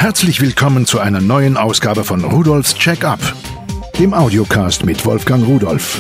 Herzlich willkommen zu einer neuen Ausgabe von Rudolfs Check-up, dem Audiocast mit Wolfgang Rudolf.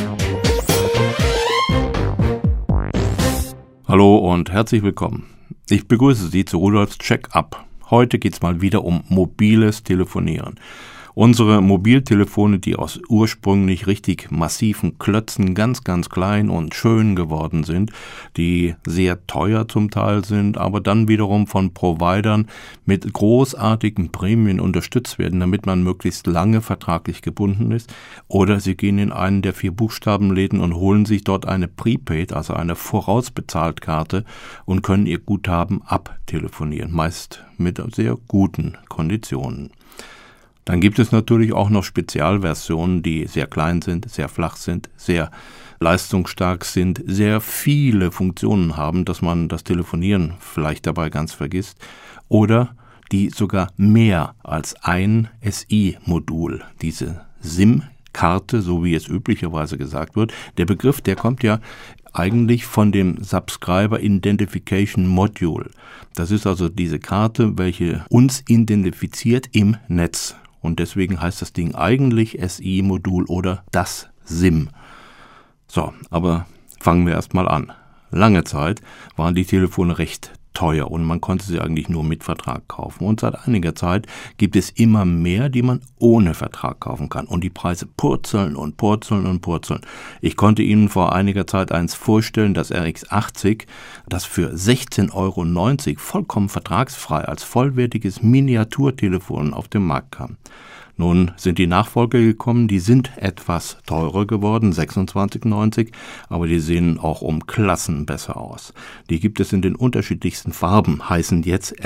Hallo und herzlich willkommen. Ich begrüße Sie zu Rudolfs Check-up. Heute geht es mal wieder um mobiles Telefonieren. Unsere Mobiltelefone, die aus ursprünglich richtig massiven Klötzen ganz, ganz klein und schön geworden sind, die sehr teuer zum Teil sind, aber dann wiederum von Providern mit großartigen Prämien unterstützt werden, damit man möglichst lange vertraglich gebunden ist. Oder Sie gehen in einen der 4 Buchstabenläden und holen sich dort eine Prepaid, also eine Vorausbezahlt-Karte, und können Ihr Guthaben abtelefonieren, meist mit sehr guten Konditionen. Dann gibt es natürlich auch noch Spezialversionen, die sehr klein sind, sehr flach sind, sehr leistungsstark sind, sehr viele Funktionen haben, dass man das Telefonieren vielleicht dabei ganz vergisst, oder die sogar mehr als ein SI-Modul, diese SIM-Karte, so wie es üblicherweise gesagt wird. Der Begriff, der kommt ja eigentlich von dem Subscriber Identification Module. Das ist also diese Karte, welche uns identifiziert im Netz. Und deswegen heißt das Ding eigentlich SI-Modul oder das SIM. So, aber fangen wir erstmal an. Lange Zeit waren die Telefone recht teuer und man konnte sie eigentlich nur mit Vertrag kaufen. Und seit einiger Zeit gibt es immer mehr, die man ohne Vertrag kaufen kann. Und die Preise purzeln und purzeln und purzeln. Ich konnte Ihnen vor einiger Zeit eins vorstellen, das RX80, das für 16,90 € vollkommen vertragsfrei als vollwertiges Miniaturtelefon auf den Markt kam. Nun sind die Nachfolger gekommen, die sind etwas teurer geworden, 26,90 €, aber die sehen auch um Klassen besser aus. Die gibt es in den unterschiedlichsten Farben, heißen jetzt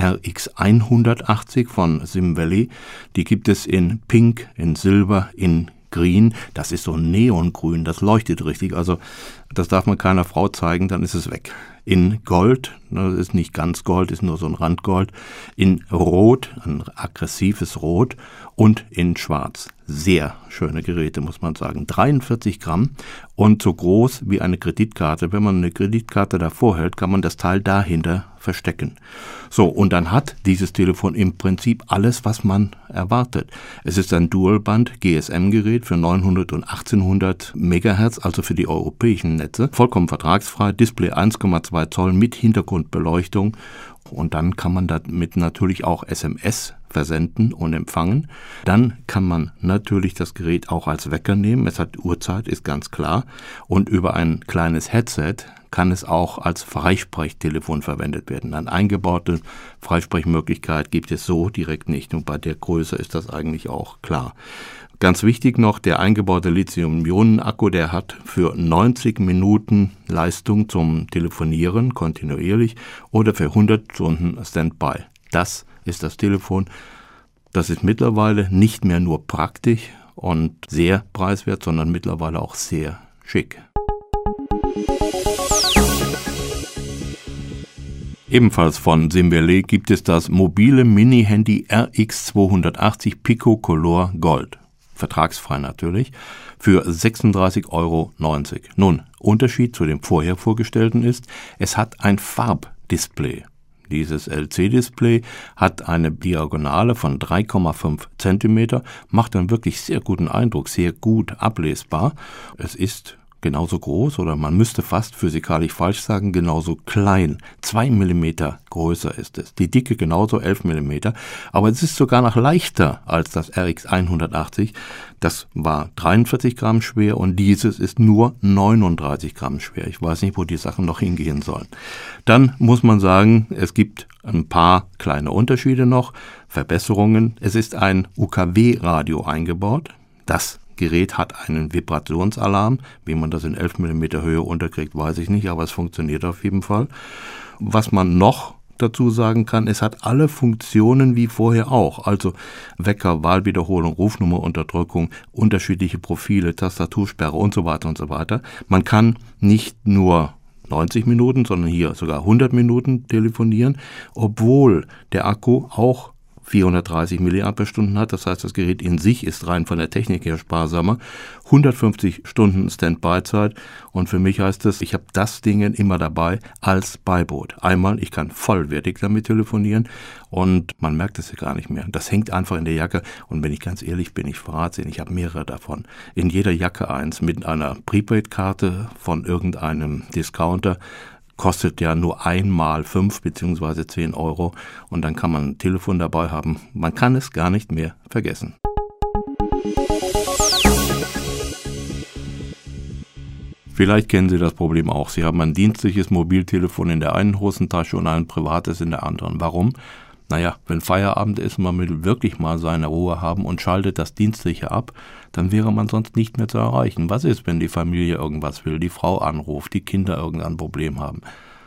RX180 von SimValley. Die gibt es in Pink, in Silber, in Green, das ist so neongrün, das leuchtet richtig, also das darf man keiner Frau zeigen, dann ist es weg. In Gold, das ist nicht ganz Gold, ist nur so ein Randgold, in Rot, ein aggressives Rot und in Schwarz. Sehr schöne Geräte, muss man sagen. 43 Gramm und so groß wie eine Kreditkarte. Wenn man eine Kreditkarte davor hält, kann man das Teil dahinter verstecken. So, und dann hat dieses Telefon im Prinzip alles, was man erwartet. Es ist ein Dualband-GSM-Gerät für 900 und 1800 Megahertz, also für die europäischen Netze. Vollkommen vertragsfrei, Display 1,2 Zoll mit Hintergrundbeleuchtung. Und dann kann man damit natürlich auch SMS versenden und empfangen. Dann kann man natürlich das Gerät auch als Wecker nehmen. Es hat Uhrzeit, ist ganz klar. Und über ein kleines Headset kann es auch als Freisprechtelefon verwendet werden. Eine eingebaute Freisprechmöglichkeit gibt es so direkt nicht. Und bei der Größe ist das eigentlich auch klar. Ganz wichtig noch, der eingebaute Lithium-Ionen-Akku, der hat für 90 Minuten Leistung zum Telefonieren kontinuierlich oder für 100 Stunden Standby. Das ist das Telefon. Das ist mittlerweile nicht mehr nur praktisch und sehr preiswert, sondern mittlerweile auch sehr schick. Ebenfalls von SimValley gibt es das mobile Mini-Handy RX280 Pico Color Gold. Vertragsfrei natürlich, für 36,90 €. Nun, Unterschied zu dem vorher vorgestellten ist, es hat ein Farbdisplay. Dieses LC-Display hat eine Diagonale von 3,5 cm, macht einen wirklich sehr guten Eindruck, sehr gut ablesbar. Es ist genauso groß, oder man müsste fast physikalisch falsch sagen, genauso klein. 2 mm größer ist es. Die Dicke genauso 11 mm. Aber es ist sogar noch leichter als das RX180. Das war 43 Gramm schwer und dieses ist nur 39 Gramm schwer. Ich weiß nicht, wo die Sachen noch hingehen sollen. Dann muss man sagen, es gibt ein paar kleine Unterschiede noch, Verbesserungen. Es ist ein UKW-Radio eingebaut. Das Gerät hat einen Vibrationsalarm. Wie man das in 11 mm Höhe unterkriegt, weiß ich nicht, aber es funktioniert auf jeden Fall. Was man noch dazu sagen kann, es hat alle Funktionen wie vorher auch, also Wecker, Wahlwiederholung, Rufnummerunterdrückung, unterschiedliche Profile, Tastatursperre und so weiter und so weiter. Man kann nicht nur 90 Minuten, sondern hier sogar 100 Minuten telefonieren, obwohl der Akku auch 430 mAh hat, das heißt, das Gerät in sich ist rein von der Technik her sparsamer, 150 Stunden Standby-Zeit und für mich heißt es, ich habe das Ding immer dabei als Beiboot. Einmal, ich kann vollwertig damit telefonieren und man merkt es ja gar nicht mehr. Das hängt einfach in der Jacke und wenn ich ganz ehrlich bin, ich verrate Ihnen, ich habe mehrere davon. In jeder Jacke eins mit einer Prepaid-Karte von irgendeinem Discounter, kostet ja nur einmal 5 bzw. 10 Euro und dann kann man ein Telefon dabei haben. Man kann es gar nicht mehr vergessen. Vielleicht kennen Sie das Problem auch. Sie haben ein dienstliches Mobiltelefon in der einen Hosentasche und ein privates in der anderen. Warum? Naja, wenn Feierabend ist und man will wirklich mal seine Ruhe haben und schaltet das Dienstliche ab, dann wäre man sonst nicht mehr zu erreichen. Was ist, wenn die Familie irgendwas will, die Frau anruft, die Kinder irgendein Problem haben?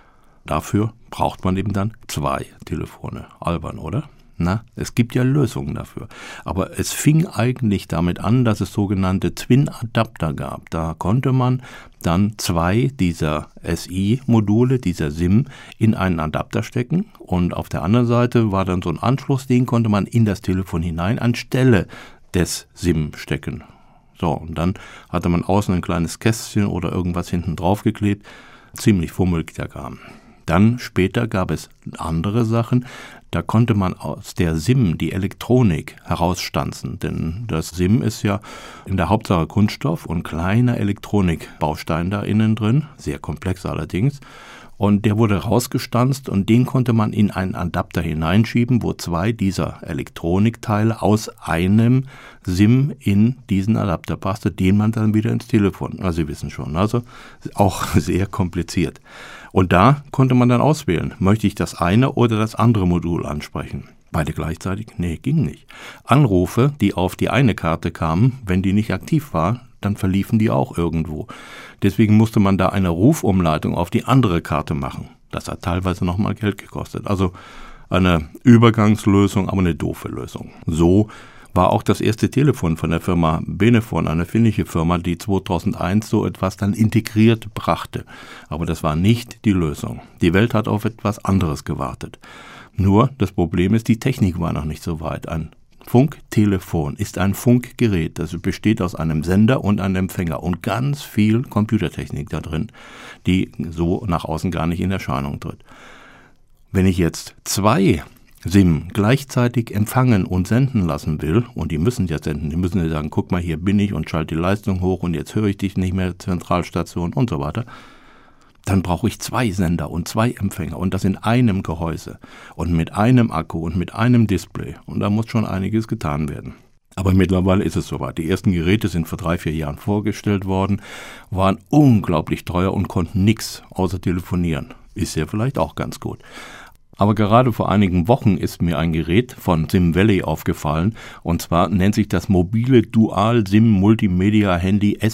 Dafür braucht man eben dann 2 Telefone. Albern, oder? Na, es gibt ja Lösungen dafür. Aber es fing eigentlich damit an, dass es sogenannte Twin-Adapter gab. Da konnte man dann 2 dieser SI-Module, dieser SIM, in einen Adapter stecken. Und auf der anderen Seite war dann so ein Anschluss, den konnte man in das Telefon hinein anstelle des SIM stecken. So, und dann hatte man außen ein kleines Kästchen oder irgendwas hinten drauf geklebt. Ziemlich fummelig der Kram. Dann später gab es andere Sachen, da konnte man aus der SIM die Elektronik herausstanzen, denn das SIM ist ja in der Hauptsache Kunststoff und kleiner Elektronikbaustein da innen drin, sehr komplex allerdings. Und der wurde rausgestanzt und den konnte man in einen Adapter hineinschieben, wo 2 dieser Elektronikteile aus einem SIM in diesen Adapter passte, den man dann wieder ins Telefon, also Sie wissen schon, also auch sehr kompliziert. Und da konnte man dann auswählen, möchte ich das eine oder das andere Modul ansprechen. Beide gleichzeitig? Nee, ging nicht. Anrufe, die auf die eine Karte kamen, wenn die nicht aktiv war, dann verliefen die auch irgendwo. Deswegen musste man da eine Rufumleitung auf die andere Karte machen. Das hat teilweise nochmal Geld gekostet. Also eine Übergangslösung, aber eine doofe Lösung. So war auch das erste Telefon von der Firma Benefon, eine finnische Firma, die 2001 so etwas dann integriert brachte. Aber das war nicht die Lösung. Die Welt hat auf etwas anderes gewartet. Nur das Problem ist, die Technik war noch nicht so weit. Ein Funktelefon ist ein Funkgerät, das besteht aus einem Sender und einem Empfänger und ganz viel Computertechnik da drin, die so nach außen gar nicht in Erscheinung tritt. Wenn ich jetzt 2 SIM gleichzeitig empfangen und senden lassen will, und die müssen ja senden, die müssen ja sagen, guck mal, hier bin ich und schalte die Leistung hoch und jetzt höre ich dich nicht mehr, Zentralstation und so weiter, dann brauche ich 2 Sender und 2 Empfänger und das in einem Gehäuse und mit einem Akku und mit einem Display und da muss schon einiges getan werden. Aber mittlerweile ist es soweit. Die ersten Geräte sind vor 3-4 Jahren vorgestellt worden, waren unglaublich teuer und konnten nichts außer telefonieren. Ist ja vielleicht auch ganz gut. Aber gerade vor einigen Wochen ist mir ein Gerät von SimValley aufgefallen und zwar nennt sich das mobile Dual-SIM-Multimedia-Handy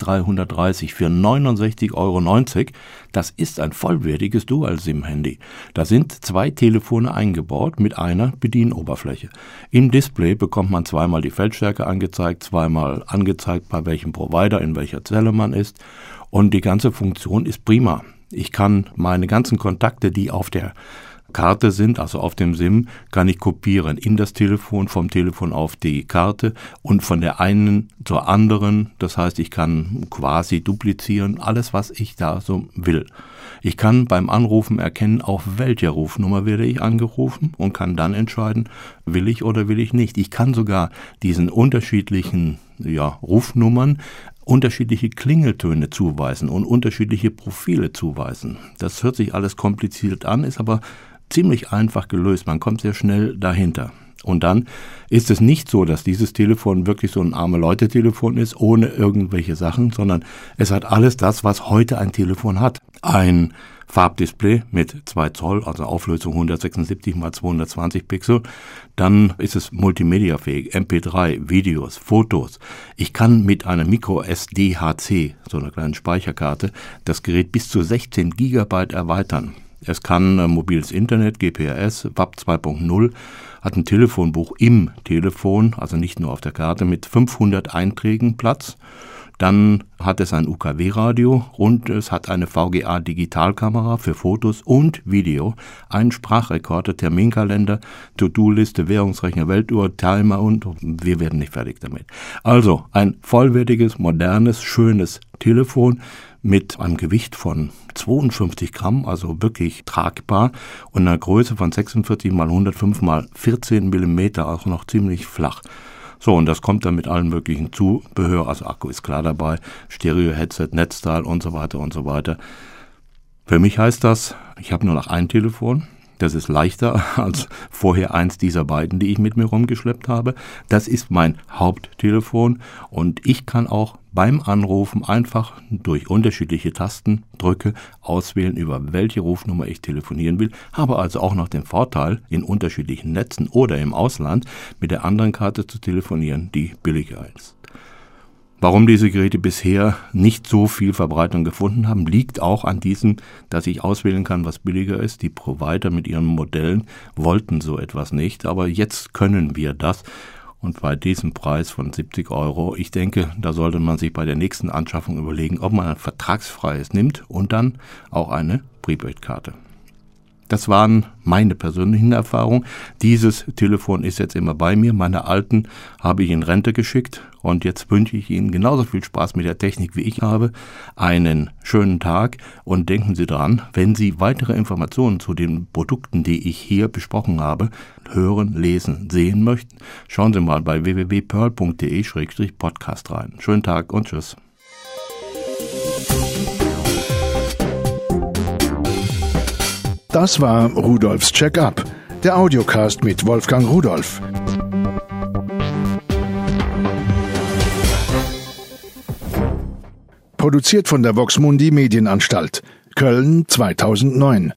SX330 für 69,90 €. Das ist ein vollwertiges Dual-SIM-Handy. Da sind 2 Telefone eingebaut mit einer Bedienoberfläche. Im Display bekommt man zweimal die Feldstärke angezeigt, zweimal angezeigt, bei welchem Provider, in welcher Zelle man ist und die ganze Funktion ist prima. Ich kann meine ganzen Kontakte, die auf der Karte sind, also auf dem SIM, kann ich kopieren in das Telefon, vom Telefon auf die Karte und von der einen zur anderen. Das heißt, ich kann quasi duplizieren, alles, was ich da so will. Ich kann beim Anrufen erkennen, auf welcher Rufnummer werde ich angerufen und kann dann entscheiden, will ich oder will ich nicht. Ich kann sogar diesen unterschiedlichen Rufnummern unterschiedliche Klingeltöne zuweisen und unterschiedliche Profile zuweisen. Das hört sich alles kompliziert an, ist aber ziemlich einfach gelöst. Man kommt sehr schnell dahinter. Und dann ist es nicht so, dass dieses Telefon wirklich so ein Arme-Leute-Telefon ist, ohne irgendwelche Sachen, sondern es hat alles das, was heute ein Telefon hat. Ein Farbdisplay mit 2 Zoll, also Auflösung 176 x 220 Pixel. Dann ist es multimediafähig, MP3, Videos, Fotos. Ich kann mit einer Micro-SD-HC, so einer kleinen Speicherkarte, das Gerät bis zu 16 GB erweitern. Es kann mobiles Internet, GPRS, WAP 2.0, hat ein Telefonbuch im Telefon, also nicht nur auf der Karte, mit 500 Einträgen Platz. Dann hat es ein UKW-Radio und es hat eine VGA-Digitalkamera für Fotos und Video, einen Sprachrekorder, Terminkalender, To-Do-Liste, Währungsrechner, Weltuhr, Timer und wir werden nicht fertig damit. Also ein vollwertiges, modernes, schönes Telefon mit einem Gewicht von 52 Gramm, also wirklich tragbar, und einer Größe von 46 x 105 x 14 Millimeter, also noch ziemlich flach. So, und das kommt dann mit allen möglichen Zubehör, also Akku ist klar dabei, Stereo-Headset, Netzteil und so weiter und so weiter. Für mich heißt das, ich habe nur noch ein Telefon. Das ist leichter als vorher eins dieser beiden, die ich mit mir rumgeschleppt habe. Das ist mein Haupttelefon und ich kann auch beim Anrufen einfach durch unterschiedliche Tastendrücke auswählen, über welche Rufnummer ich telefonieren will, habe also auch noch den Vorteil, in unterschiedlichen Netzen oder im Ausland mit der anderen Karte zu telefonieren, die billiger ist. Warum diese Geräte bisher nicht so viel Verbreitung gefunden haben, liegt auch an diesem, dass ich auswählen kann, was billiger ist. Die Provider mit ihren Modellen wollten so etwas nicht, aber jetzt können wir das. Und bei diesem Preis von 70 €, ich denke, da sollte man sich bei der nächsten Anschaffung überlegen, ob man ein vertragsfreies nimmt und dann auch eine Prepaid-Karte. Das waren meine persönlichen Erfahrungen. Dieses Telefon ist jetzt immer bei mir. Meine alten habe ich in Rente geschickt und jetzt wünsche ich Ihnen genauso viel Spaß mit der Technik, wie ich habe. Einen schönen Tag und denken Sie dran, wenn Sie weitere Informationen zu den Produkten, die ich hier besprochen habe, hören, lesen, sehen möchten, schauen Sie mal bei www.pearl.de/podcast rein. Schönen Tag und tschüss. Das war Rudolfs Check-up, der Audiocast mit Wolfgang Rudolf. Produziert von der Vox Mundi Medienanstalt, Köln 2009.